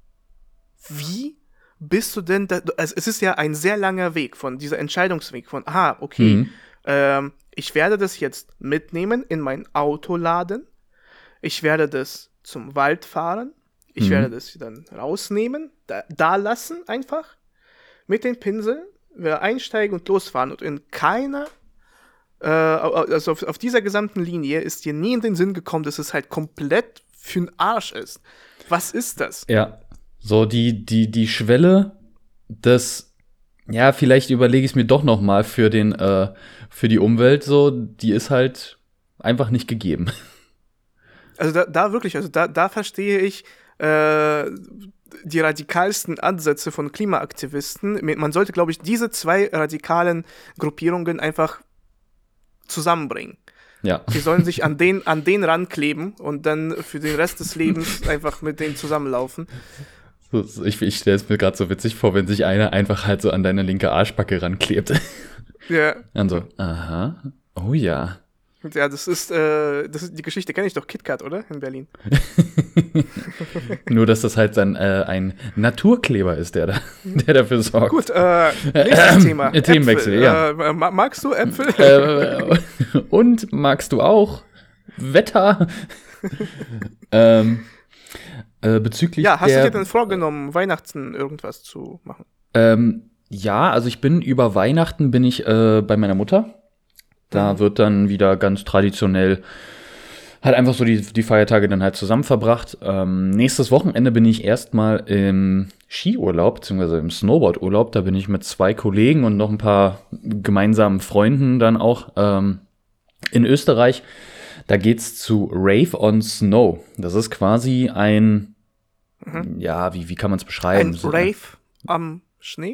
wie bist du denn da, also es ist ja ein sehr langer Weg von dieser Entscheidungsweg von, aha, okay, Mhm. ähm, ich werde das jetzt mitnehmen in mein Auto laden, ich werde das zum Wald fahren, ich Mhm. werde das dann rausnehmen, da, da lassen einfach, mit den Pinseln, wir einsteigen und losfahren und in keiner, äh, also auf, auf dieser gesamten Linie ist dir nie in den Sinn gekommen, dass es halt komplett für den Arsch ist. Was ist das? Ja, so die, die, die Schwelle des, ja, vielleicht überlege ich es mir doch noch mal für den, äh, für die Umwelt, so, die ist halt einfach nicht gegeben. Also da, da wirklich, also da, da verstehe ich äh, die radikalsten Ansätze von Klimaaktivisten. Man sollte, glaube ich, diese zwei radikalen Gruppierungen einfach zusammenbringen. Ja. Die sollen sich an den, an den rankleben und dann für den Rest des Lebens einfach mit denen zusammenlaufen. So, so, Ich, ich stelle es mir gerade so witzig vor, wenn sich einer einfach halt so an deine linke Arschbacke ranklebt. Ja, Dann so, aha, oh ja. ja das ist, äh, das ist die Geschichte kenne ich doch, KitKat, oder? In Berlin. Nur, dass das halt dann äh, ein Naturkleber ist, der, da, der dafür sorgt. Gut, äh, nächstes Thema. äh, Themenwechsel, Äpfel. ja. Äh, ma- magst du Äpfel? äh, und magst du auch Wetter? ähm, äh, bezüglich Ja, hast der, du dir denn vorgenommen, Weihnachten irgendwas zu machen? Ähm, ja, also ich bin über Weihnachten bin ich äh, bei meiner Mutter. Da Mhm. wird dann wieder ganz traditionell halt einfach so die, die Feiertage dann halt zusammen verbracht. Ähm, nächstes Wochenende bin ich erstmal im Skiurlaub, beziehungsweise im Snowboardurlaub. Da bin ich mit zwei Kollegen und noch ein paar gemeinsamen Freunden dann auch ähm, in Österreich. Da geht's zu Rave on Snow. Das ist quasi ein, ja, wie, wie kann man es beschreiben? Ein Rave am Schnee?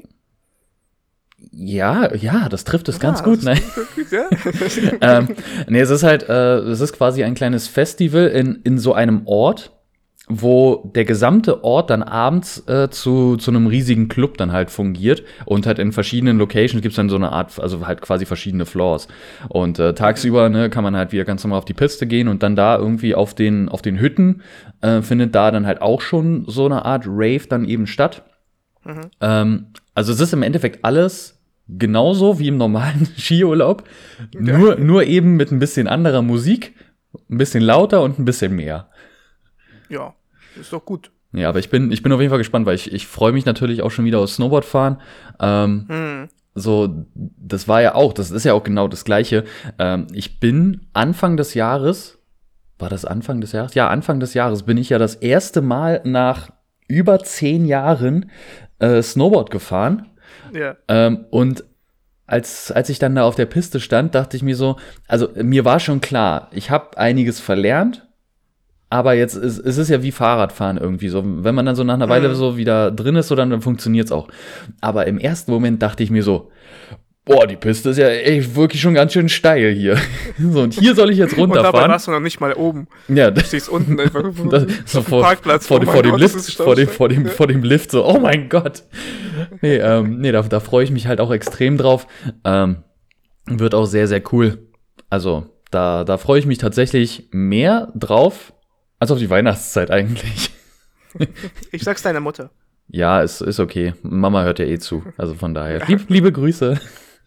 Ja, ja, das trifft es ganz Ah, gut, das ne? ist gut, ja? ähm, nee, es ist halt, äh, es ist quasi ein kleines Festival in, in so einem Ort, wo der gesamte Ort dann abends äh, zu, zu einem riesigen Club dann halt fungiert und halt in verschiedenen Locations gibt's dann so eine Art, also halt quasi verschiedene Floors. Und äh, tagsüber ne, kann man halt wieder ganz normal auf die Piste gehen und dann da irgendwie auf den, auf den Hütten äh, findet da dann halt auch schon so eine Art Rave dann eben statt. Mhm. Ähm, also es ist im Endeffekt alles genauso wie im normalen Skiurlaub, Ja. nur, nur eben mit ein bisschen anderer Musik, ein bisschen lauter und ein bisschen mehr. Ja, ist doch gut. Ja, aber ich bin, ich bin auf jeden Fall gespannt, weil ich, ich freue mich natürlich auch schon wieder aufs Snowboardfahren. Ähm, Hm. so, das war ja auch, das ist ja auch genau das Gleiche. Ähm, ich bin Anfang des Jahres, war das Anfang des Jahres? Ja, Anfang des Jahres bin ich ja das erste Mal nach über zehn Jahren äh, Snowboard gefahren. Ja. Ähm, und als, als ich dann da auf der Piste stand, dachte ich mir so, also mir war schon klar, ich habe einiges verlernt, aber jetzt ist es ist ja wie Fahrradfahren irgendwie so. Wenn man dann so nach einer Weile Mhm. so wieder drin ist, so dann, dann funktioniert's auch. Aber im ersten Moment dachte ich mir so, boah, die Piste ist ja echt wirklich schon ganz schön steil hier. So, und hier soll ich jetzt Und dabei runterfahren. warst du noch nicht mal oben. Ja, Du das, stehst unten einfach das, so auf dem vor, Parkplatz. vor, Oh dem- mein vor dem Gott, Lift, das ist vor dem, Staustein. vor dem, Ja. vor dem Lift, so, oh mein Gott. Nee, ähm, nee, da, da freue ich mich halt auch extrem drauf. Ähm, wird auch sehr, sehr cool. Also, da, da freue ich mich tatsächlich mehr drauf Also auf die Weihnachtszeit eigentlich. Ich sag's deiner Mutter. Ja, ist, ist okay. Mama hört ja eh zu. Also von daher. Lieb, liebe Grüße.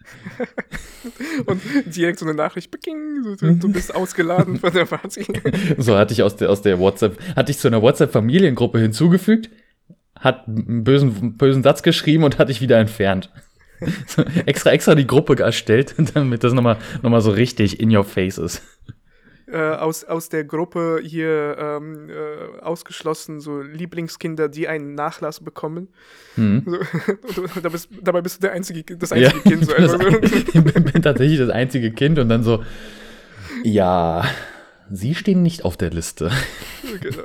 Und direkt so eine Nachricht, Peking, so, du, du bist ausgeladen von der Party. So hatte ich aus der, aus der WhatsApp, hatte ich zu einer WhatsApp-Familiengruppe hinzugefügt, hat einen bösen, bösen Satz geschrieben und hatte ich wieder entfernt. So, extra, extra die Gruppe erstellt, damit das nochmal, nochmal so richtig in your face ist. Äh, aus, aus der Gruppe hier ähm, äh, ausgeschlossen, so Lieblingskinder, die einen Nachlass bekommen. Hm. So, und du, da bist, dabei bist du der einzige, das einzige Ja, Kind. So das einfach. ein, ich bin tatsächlich das einzige Kind und dann so, ja, Sie stehen nicht auf der Liste. Genau.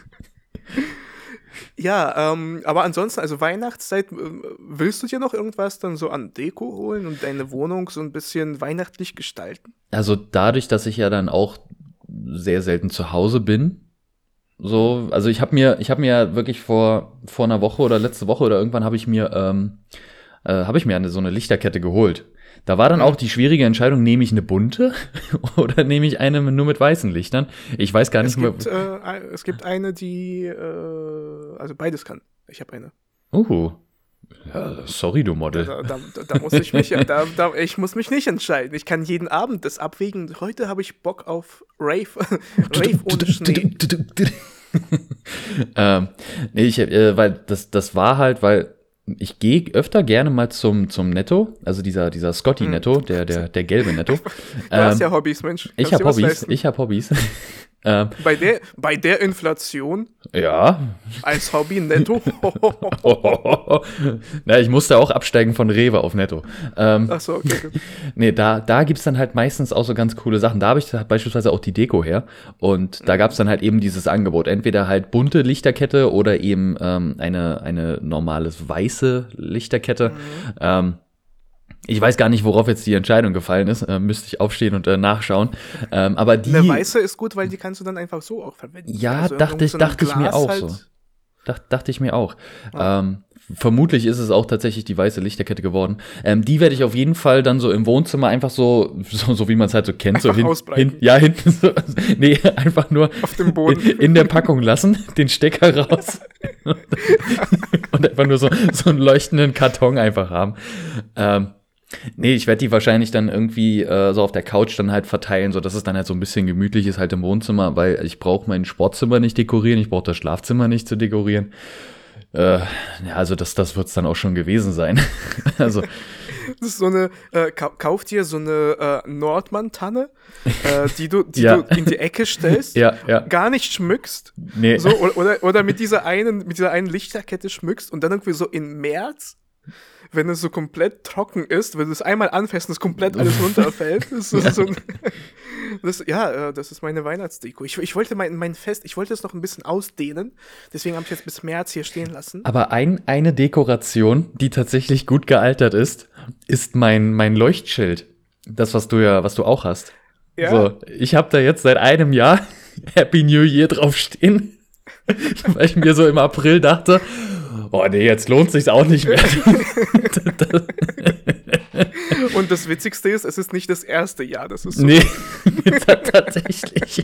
Ja, ähm, aber ansonsten, also Weihnachtszeit, äh, willst du dir noch irgendwas dann so an Deko holen und deine Wohnung so ein bisschen weihnachtlich gestalten? Also dadurch, dass ich ja dann auch sehr selten zu Hause bin, so, also ich habe mir, ich habe mir wirklich vor vor einer Woche oder letzte Woche oder irgendwann habe ich mir, ähm, äh, habe ich mir eine, so eine Lichterkette geholt. Da war dann auch die schwierige Entscheidung, nehme ich eine bunte oder nehme ich eine nur mit weißen Lichtern? Ich weiß gar Es nicht mehr. gibt, äh, es gibt eine, die, äh, also beides kann. Ich habe eine. Uh, ja, sorry, du Model. Da, da, da, da muss ich mich, da, da, ich muss mich nicht entscheiden. Ich kann jeden Abend das abwägen. Heute habe ich Bock auf Rave, Rave ohne Schnee. ähm, nee, ich, äh, weil das, das war halt, weil ich gehe öfter gerne mal zum, zum Netto, also dieser, dieser Scotty-Netto, der, der, der gelbe Netto. Du hast Ähm, ja Hobbys, Mensch. ich Kannst habe dir was Hobbys, leisten. ich habe Hobbys. ähm, Bei der, bei der Inflation ja. als Hobby netto. Na, ich musste auch absteigen von Rewe auf Netto. Ähm, Achso, okay, gut. Nee, da, da gibt's dann halt meistens auch so ganz coole Sachen. Da habe ich beispielsweise auch die Deko her. Und da gab's dann halt eben dieses Angebot. Entweder halt bunte Lichterkette oder eben ähm, eine, eine normales weiße Lichterkette. Mhm. Ähm, ich weiß gar nicht, worauf jetzt die Entscheidung gefallen ist. Äh, müsste ich aufstehen und äh, nachschauen. Ähm, aber die. Eine weiße ist gut, weil die kannst du dann einfach so auch verwenden. Ja, Also dachte irgend ich, so ein dachte ich mir Glas auch halt. so. Dach, dachte ich mir auch. Ah. Ähm, vermutlich ist es auch tatsächlich die weiße Lichterkette geworden. Ähm, die werde ich auf jeden Fall dann so im Wohnzimmer einfach so, so, so wie man es halt so kennt, so Einfach hin, ausbreiten. hin, ja, hinten so, nee, einfach nur Auf dem Boden. In, in der Packung lassen, den Stecker raus und einfach nur so, so einen leuchtenden Karton einfach haben. Ähm, Nee, ich werde die wahrscheinlich dann irgendwie äh, so auf der Couch dann halt verteilen, so dass es dann halt so ein bisschen gemütlich ist halt im Wohnzimmer, weil ich brauche mein Sportzimmer nicht dekorieren, ich brauche das Schlafzimmer nicht zu dekorieren. Äh, ja, also das, das wird's dann auch schon gewesen sein. Also Das ist so eine, äh, kau kauf dir so eine äh, Nordmann-Tanne, äh, die, du, die Ja. du in die Ecke stellst, ja, ja, gar nicht schmückst, nee, so, oder, oder, oder mit dieser einen, mit dieser einen Lichterkette schmückst und dann irgendwie so im März, wenn es so komplett trocken ist, wenn du es einmal anfasst und es komplett alles runterfällt. Das ist so ein, das, ja, äh, das ist meine Weihnachtsdeko. Ich, ich wollte mein, mein Fest, ich wollte es noch ein bisschen ausdehnen, deswegen habe ich jetzt bis März hier stehen lassen. aber ein, eine Dekoration, die tatsächlich gut gealtert ist, ist mein, mein Leuchtschild. Das, was du ja, was du auch hast. Ja. So, ich habe da jetzt seit einem Jahr Happy New Year draufstehen, weil ich mir so im April dachte, oh nee, jetzt lohnt sich's auch nicht mehr. Und das Witzigste ist, es ist nicht das erste Jahr, das ist so. Nee, tatsächlich.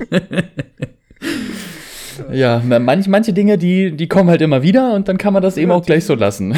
Ja, manch, manche Dinge, die, die kommen halt immer wieder und dann kann man das eben Ja, auch gleich so lassen.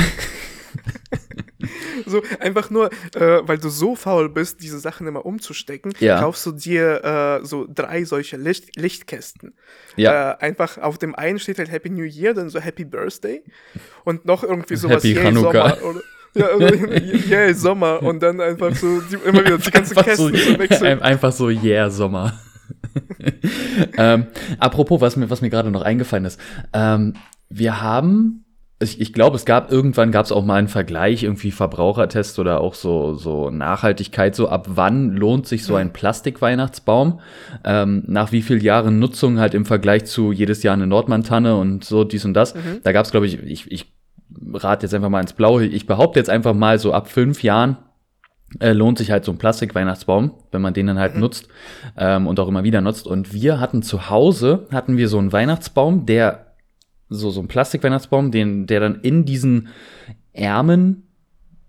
So einfach nur, äh, weil du so faul bist, diese Sachen immer umzustecken, Ja. kaufst du dir äh, so drei solche Licht Lichtkästen. Ja. Äh, einfach auf dem einen steht halt Happy New Year, dann so Happy Birthday und noch irgendwie sowas Happy Yay Chanukka. Sommer. Oder, ja, also, Yay Sommer und dann einfach so die, immer wieder die ganzen Einfach so, Kästen so wechseln. ein- einfach so, yeah, Sommer. ähm, apropos, was mir, was mir gerade noch eingefallen ist. Ähm, wir haben, ich, ich glaube, es gab, irgendwann gab es auch mal einen Vergleich, irgendwie Verbrauchertest oder auch so, so Nachhaltigkeit, so ab wann lohnt sich so ein Plastikweihnachtsbaum, ähm, nach wie vielen Jahren Nutzung halt im Vergleich zu jedes Jahr eine Nordmann-Tanne und so dies und das. Da gab es, glaube ich, ich, ich rate jetzt einfach mal ins Blaue, ich behaupte jetzt einfach mal so ab fünf Jahren äh, lohnt sich halt so ein Plastikweihnachtsbaum, wenn man den dann halt nutzt ähm, und auch immer wieder nutzt. Und wir hatten zu Hause, hatten wir so einen Weihnachtsbaum, der, so, so ein Plastikweihnachtsbaum, den, der dann in diesen Ärmen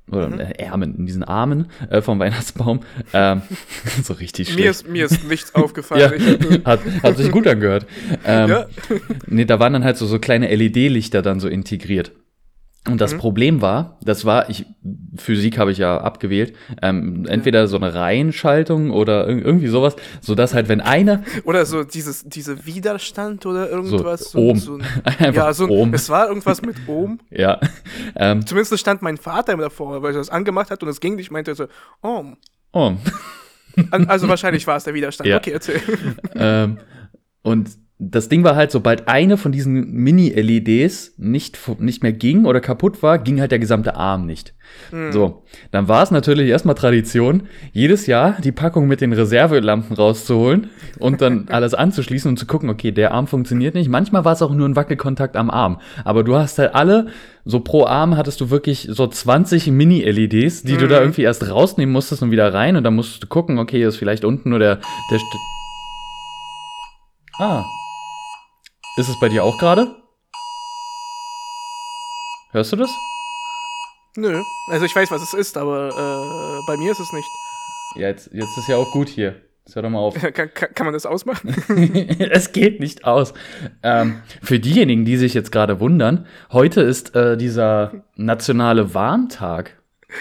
oder mhm. Ärmen, in diesen Armen äh, vom Weihnachtsbaum. Ähm, so richtig schlecht. Mir ist, mir ist nichts aufgefallen. Ja, hat, hat sich gut angehört. Ähm, Ja. Nee, da waren dann halt so, so kleine L E D-Lichter dann so integriert. Und das Mhm. Problem war, das war, ich, Physik habe ich ja abgewählt, ähm, entweder so eine Reihenschaltung oder ir- irgendwie sowas, sodass halt, wenn einer, Oder so dieses, diese Widerstand oder irgendwas. So, Ohm. So ein, einfach ja, so ein, Ohm, es war irgendwas mit Ohm. ja, ähm, Zumindest stand mein Vater immer davor, weil er das angemacht hat und es ging nicht, meinte er so, Ohm. Ohm. An- Also wahrscheinlich war es der Widerstand. Ja. Okay, erzähl. ähm, und das Ding war halt, sobald eine von diesen Mini-L E Ds nicht, fu- nicht mehr ging oder kaputt war, ging halt der gesamte Arm nicht. Hm. So, dann war es natürlich erstmal Tradition, jedes Jahr die Packung mit den Reservelampen rauszuholen und dann alles anzuschließen und zu gucken, okay, der Arm funktioniert nicht. Manchmal war es auch nur ein Wackelkontakt am Arm. Aber du hast halt alle, so pro Arm hattest du wirklich so zwanzig Mini-L E Ds, die du da irgendwie erst rausnehmen musstest und wieder rein. Und dann musstest du gucken, okay, ist vielleicht unten nur der, der St- Ah. Ist es bei dir auch gerade? Hörst du das? Nö. Also ich weiß, was es ist, aber äh, bei mir ist es nicht. Ja, jetzt, jetzt ist ja auch gut hier. Jetzt hör doch mal auf. Kann, kann, kann man das ausmachen? Es geht nicht aus. Ähm, für diejenigen, die sich jetzt gerade wundern, heute ist äh, dieser nationale Warntag.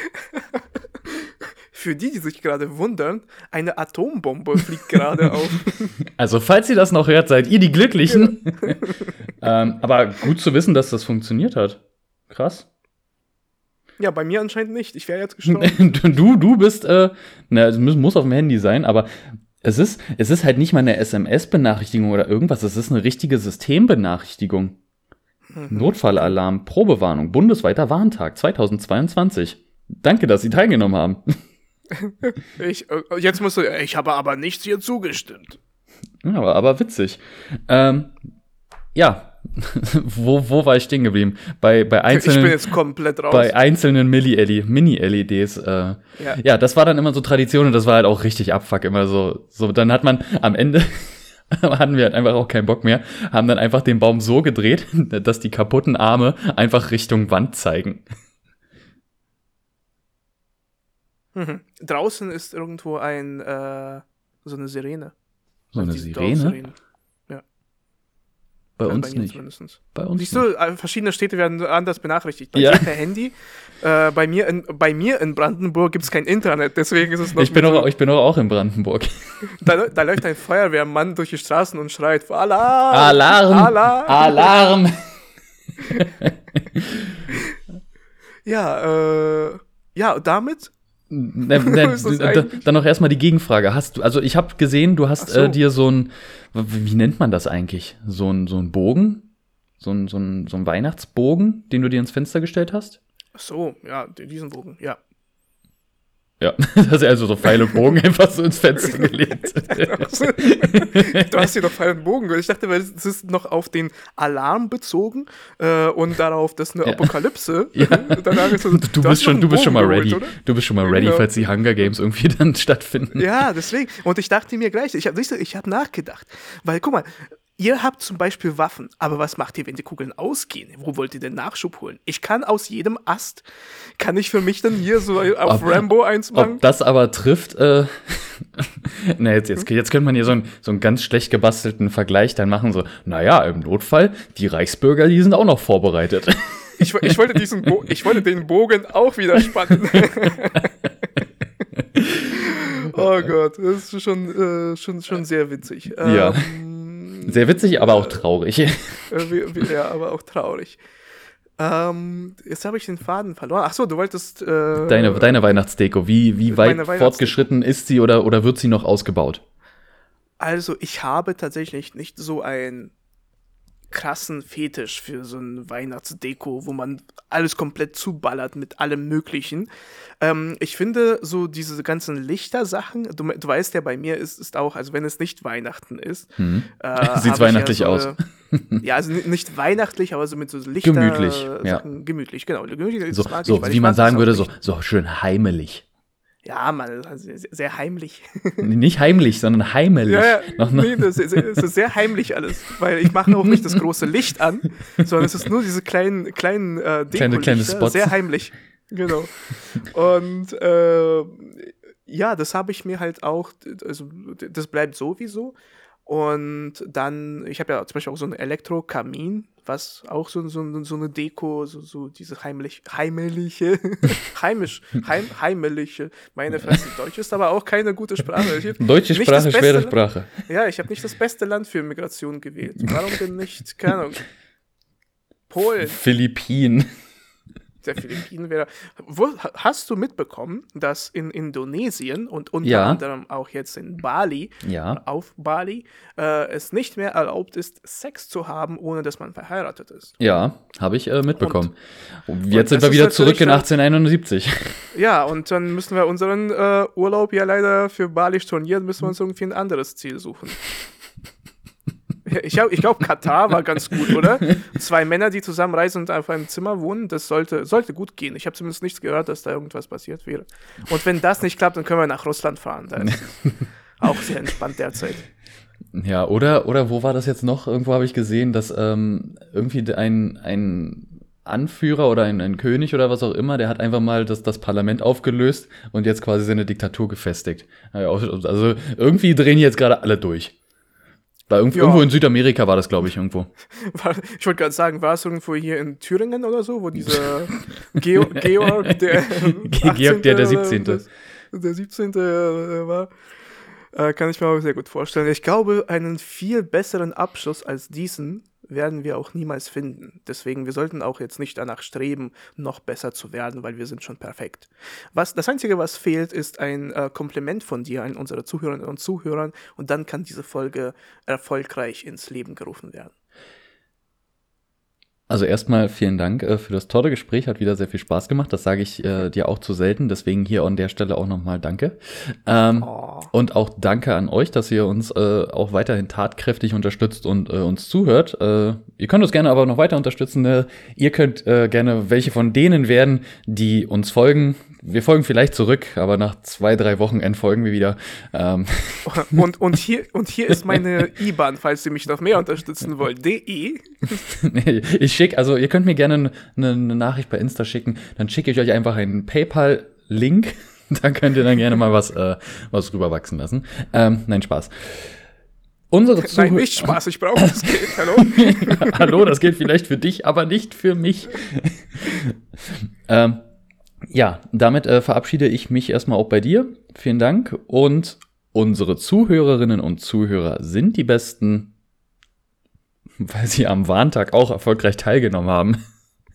Für die, die sich gerade wundern, eine Atombombe fliegt gerade auf. Also, falls ihr das noch hört, seid ihr die Glücklichen. ähm, aber gut zu wissen, dass das funktioniert hat. Krass. Ja, bei mir anscheinend nicht. Ich wäre jetzt gestorben. Du, du bist, äh, na, es muss, muss auf dem Handy sein, aber es ist, es ist halt nicht mal eine S M S-Benachrichtigung oder irgendwas, es ist eine richtige Systembenachrichtigung. Notfallalarm, Probewarnung, bundesweiter Warntag zweitausendzweiundzwanzig. Danke, dass Sie teilgenommen haben. Ich, äh, jetzt musst du, ich habe aber nichts hier zugestimmt. Ja, aber, aber witzig. Ähm, ja, wo, wo war ich stehen geblieben? Bei, bei Ich bin einzelnen, jetzt komplett raus. bei einzelnen Mini-L E Ds. Äh, ja. Ja. ja, das war dann immer so Tradition und das war halt auch richtig Abfuck. Immer so, so dann hat man am Ende hatten wir halt einfach auch keinen Bock mehr, haben dann einfach den Baum so gedreht, dass die kaputten Arme einfach Richtung Wand zeigen. Mhm. Draußen ist irgendwo ein, äh, so eine Sirene. So Also eine diese Sirene? Dorfsirene. Bei Also uns mir nicht. zumindest. Bei uns Siehst nicht. du, äh, verschiedene Städte werden anders benachrichtigt. Bei Ja. dir per Handy, äh, bei, mir in, bei mir in Brandenburg gibt es kein Internet, deswegen ist es noch Ich bin, mit auch, so, ich bin auch, auch in Brandenburg. da, da läuft ein Feuerwehrmann durch die Straßen und schreit, Alarm! Alarm! Alarm! Alarm! Ja, äh, ja, damit? Ne, ne, Was ist das da, eigentlich? dann noch erstmal die Gegenfrage. Hast du, also ich habe gesehen, du hast Ach so. äh, dir so ein, wie wie nennt man das eigentlich? So ein, so ein Bogen? So ein, so, ein, so ein Weihnachtsbogen, den du dir ins Fenster gestellt hast? Ach so, ja, diesen Bogen, ja. Ja, das ist also so Pfeil und Bogen einfach so ins Fenster gelegt. Du hast hier doch Pfeil und Bogen. Ich dachte, weil es ist noch auf den Alarm bezogen äh, und darauf, dass eine Ja. Apokalypse. Ja. Danach ist so, Du, du, hast bist noch schon, einen du bist schon mal Bogen ready. geholt, oder? Du bist schon mal ready, Genau. falls die Hunger Games irgendwie dann stattfinden. Ja, deswegen. Und ich dachte mir gleich, ich habe ich hab nachgedacht. Weil, guck mal, ihr habt zum Beispiel Waffen, aber was macht ihr, wenn die Kugeln ausgehen? Wo wollt ihr denn Nachschub holen? Ich kann aus jedem Ast, kann ich für mich dann hier so auf Ob- Rambo eins machen? Ob das aber trifft, äh, na jetzt, jetzt, jetzt könnte man hier so, ein, so einen ganz schlecht gebastelten Vergleich dann machen, so, naja, im Notfall, die Reichsbürger, die sind auch noch vorbereitet. Ich, ich, wollte diesen Bo ich wollte den Bogen auch wieder spannen. Oh Gott, das ist schon, äh, schon, schon sehr witzig. Ja. Ähm, Sehr witzig, aber auch traurig. äh, wie, wie, ja, aber auch traurig. Ähm, jetzt habe ich den Faden verloren. Ach so, du wolltest... Äh, Deine, deine Weihnachtsdeko, wie, wie weit Meine Weihnachtsdeko. fortgeschritten ist sie oder, oder wird sie noch ausgebaut? Also, ich habe tatsächlich nicht so einen krassen Fetisch für so ein Weihnachtsdeko, wo man alles komplett zuballert mit allem Möglichen. Ähm, ich finde so diese ganzen Lichtersachen, du, du weißt ja, bei mir ist, ist auch, also wenn es nicht Weihnachten ist, Mhm. äh, Sieht's habe ich weihnachtlich ja so aus. Eine, ja, also ni- nicht weihnachtlich, aber so mit so Lichter. Gemütlich, ja. Sachen, gemütlich, genau. Gemütlich, das So, mag so ich, weil wie ich man mag sagen das auch würde, so, nicht. so schön heimelig. Ja, man, also sehr, sehr heimlich. Nicht heimlich, sondern heimelig. Ja, ja. Noch, noch. Nee, das ist, es ist sehr heimlich alles, weil ich mache auch nicht das große Licht an, sondern es ist nur diese kleinen, kleinen äh, Kleine- kleine Dekolichter, Spots. sehr heimlich. Genau. Und äh, ja, das habe ich mir halt auch, also das bleibt sowieso. Und dann, ich habe ja zum Beispiel auch so einen Elektrokamin, was auch so, so, so eine Deko, so, so diese heimlich, heimliche, heimisch, heim, heimeliche, meine Fresse, Deutsch ist aber auch keine gute Sprache. Ich hab Deutsche nicht Sprache, das beste schwere Land- Sprache. Ja, ich habe nicht das beste Land für Migration gewählt. Warum denn nicht, keine Ahnung, Polen? Philippinen. Der Philippinen wäre. Wo, hast du mitbekommen, dass in Indonesien und unter Ja. anderem auch jetzt in Bali, Ja. auf Bali, äh, es nicht mehr erlaubt ist, Sex zu haben, ohne dass man verheiratet ist? Ja, habe ich äh, mitbekommen. Und und jetzt sind das wir ist wieder zurück in natürlich achtzehnhunderteinundsiebzig. Ja, und dann müssen wir unseren äh, Urlaub ja leider für Bali stornieren, müssen wir uns irgendwie ein anderes Ziel suchen. Ich, ich glaube, Katar war ganz gut, oder? Zwei Männer, die zusammenreisen und auf einem Zimmer wohnen, das sollte, sollte gut gehen. Ich habe zumindest nichts gehört, dass da irgendwas passiert wäre. Und wenn das nicht klappt, dann können wir nach Russland fahren. Da ist es auch sehr entspannt derzeit. Ja, oder, oder wo war das jetzt noch? Irgendwo habe ich gesehen, dass ähm, irgendwie ein, ein Anführer oder ein, ein König oder was auch immer, der hat einfach mal das, das Parlament aufgelöst und jetzt quasi seine Diktatur gefestigt. Also irgendwie drehen jetzt gerade alle durch. War irgendwo, Ja. irgendwo in Südamerika war das, glaube ich, irgendwo. War, ich wollte gerade sagen, war es irgendwo hier in Thüringen oder so, wo dieser Geo, Georg, der Georg, der der achtzehnte. siebzehnte. Der siebzehnte äh, war. Äh, kann ich mir auch sehr gut vorstellen. Ich glaube, einen viel besseren Abschluss als diesen werden wir auch niemals finden. Deswegen, wir sollten auch jetzt nicht danach streben, noch besser zu werden, weil wir sind schon perfekt. Was, das Einzige, was fehlt, ist ein äh, Kompliment von dir an unsere Zuhörerinnen und Zuhörern und dann kann diese Folge erfolgreich ins Leben gerufen werden. Also erstmal vielen Dank äh, für das tolle Gespräch, hat wieder sehr viel Spaß gemacht. Das sage ich äh, dir auch zu selten, deswegen hier an der Stelle auch nochmal danke. Ähm, Oh. Und auch danke an euch, dass ihr uns äh, auch weiterhin tatkräftig unterstützt und äh, uns zuhört. Äh, ihr könnt uns gerne aber noch weiter unterstützen. Äh, ihr könnt äh, gerne welche von denen werden, die uns folgen. Wir folgen vielleicht zurück, aber nach zwei, drei Wochen entfolgen wir wieder. Ähm, Und, und, hier, und hier ist meine I B A N, falls ihr mich noch mehr unterstützen wollt. D E. Nee, ich schicke, also ihr könnt mir gerne eine, eine Nachricht bei Insta schicken, dann schicke ich euch einfach einen PayPal-Link, da könnt ihr dann gerne mal was, äh, was rüberwachsen lassen. Ähm, nein, Spaß. Unsere Zuhörer. Nein, nicht Spaß, ich brauche das Geld. Hallo? Hallo, das gilt vielleicht für dich, aber nicht für mich. ähm, ja, damit äh, verabschiede ich mich erstmal auch bei dir. Vielen Dank. Und unsere Zuhörerinnen und Zuhörer sind die Besten, weil sie am Warntag auch erfolgreich teilgenommen haben.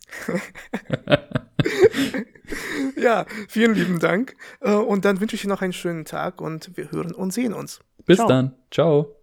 Ja, vielen lieben Dank. Äh, Und dann wünsche ich dir noch einen schönen Tag und wir hören und sehen uns. Bis Ciao. dann. Ciao.